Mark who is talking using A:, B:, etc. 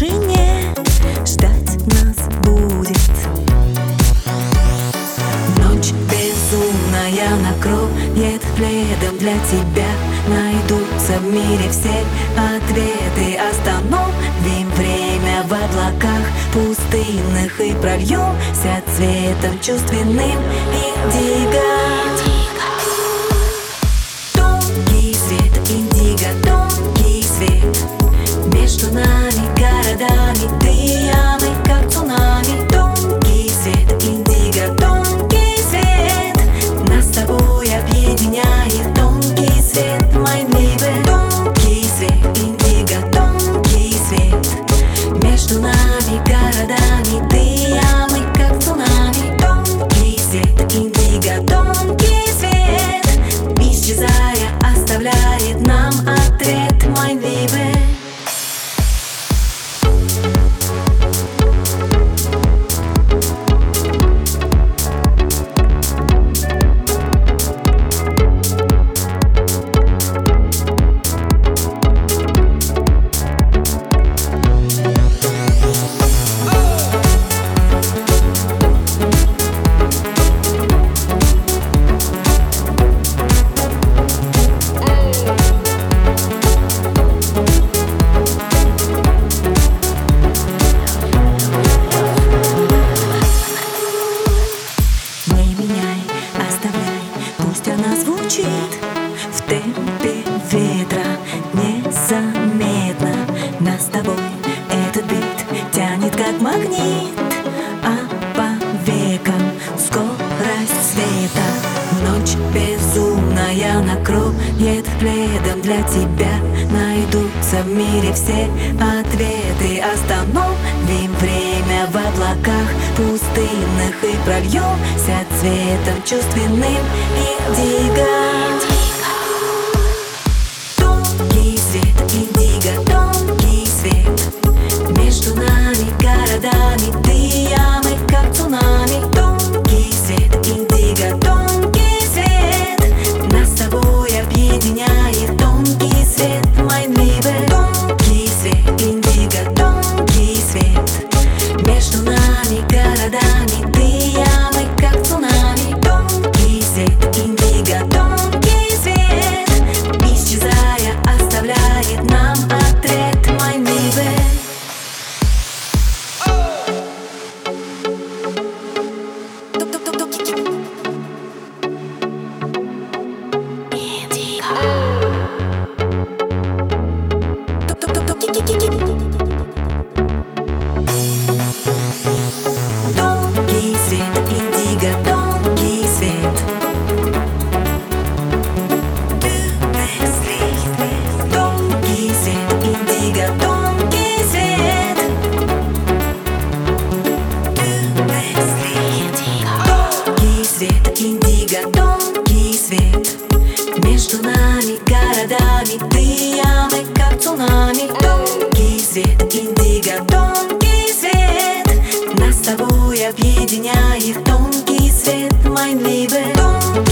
A: тишине ждать нас будет. Ночь безумная накроет пледом для тебя. Найдутся в мире все ответы. Остановим время в облаках пустынных и прольемся цветом чувственным индиго. Тонкий свет индиго, тонкий свет между нами, городами, ты и я, мы как цунами. Тонкий свет индиго, тонкий свет нас с тобой объединяет. Тонкий свет, мой милый, тонкий свет индиго, тонкий свет между нами, городами, ты и я, мы как цунами. Тонкий свет индиго, тонкий свет исчезая оставляет нам ответ, мой милый. Звучит в темпе ветра незаметно. Нас с тобой этот бит тянет как магнит, а по векам скорость света. Ночь безумная накроет пледом для тебя. Найдутся в мире все ответы. Остановим время в облаках пустынных и прольемся цветом чувственным индиго. Тонкий свет индиго, тонкий свет между нами, городами, ты и я, мы как цунами. Тонкий свет индиго, тонкий свет нас с тобой объединяет. Тонкий свет, мой милый, тонкий свет индиго, тонкий свет между нами, городами, ты и я, мы как цунами. Тонкий свет индиго, тонкий свет исчезая оставляет нам ответ, мой милый. Тонкий свет индиго, тонкий свет. Тонкий свет индиго, тонкий свет. Тонкий свет индиго, тонкий свет между нами, городами, ты и я, мы как цунами. Тонкий свет индиго, тонкий свет нас с тобой объединяет. Тонкий свет, мой милый.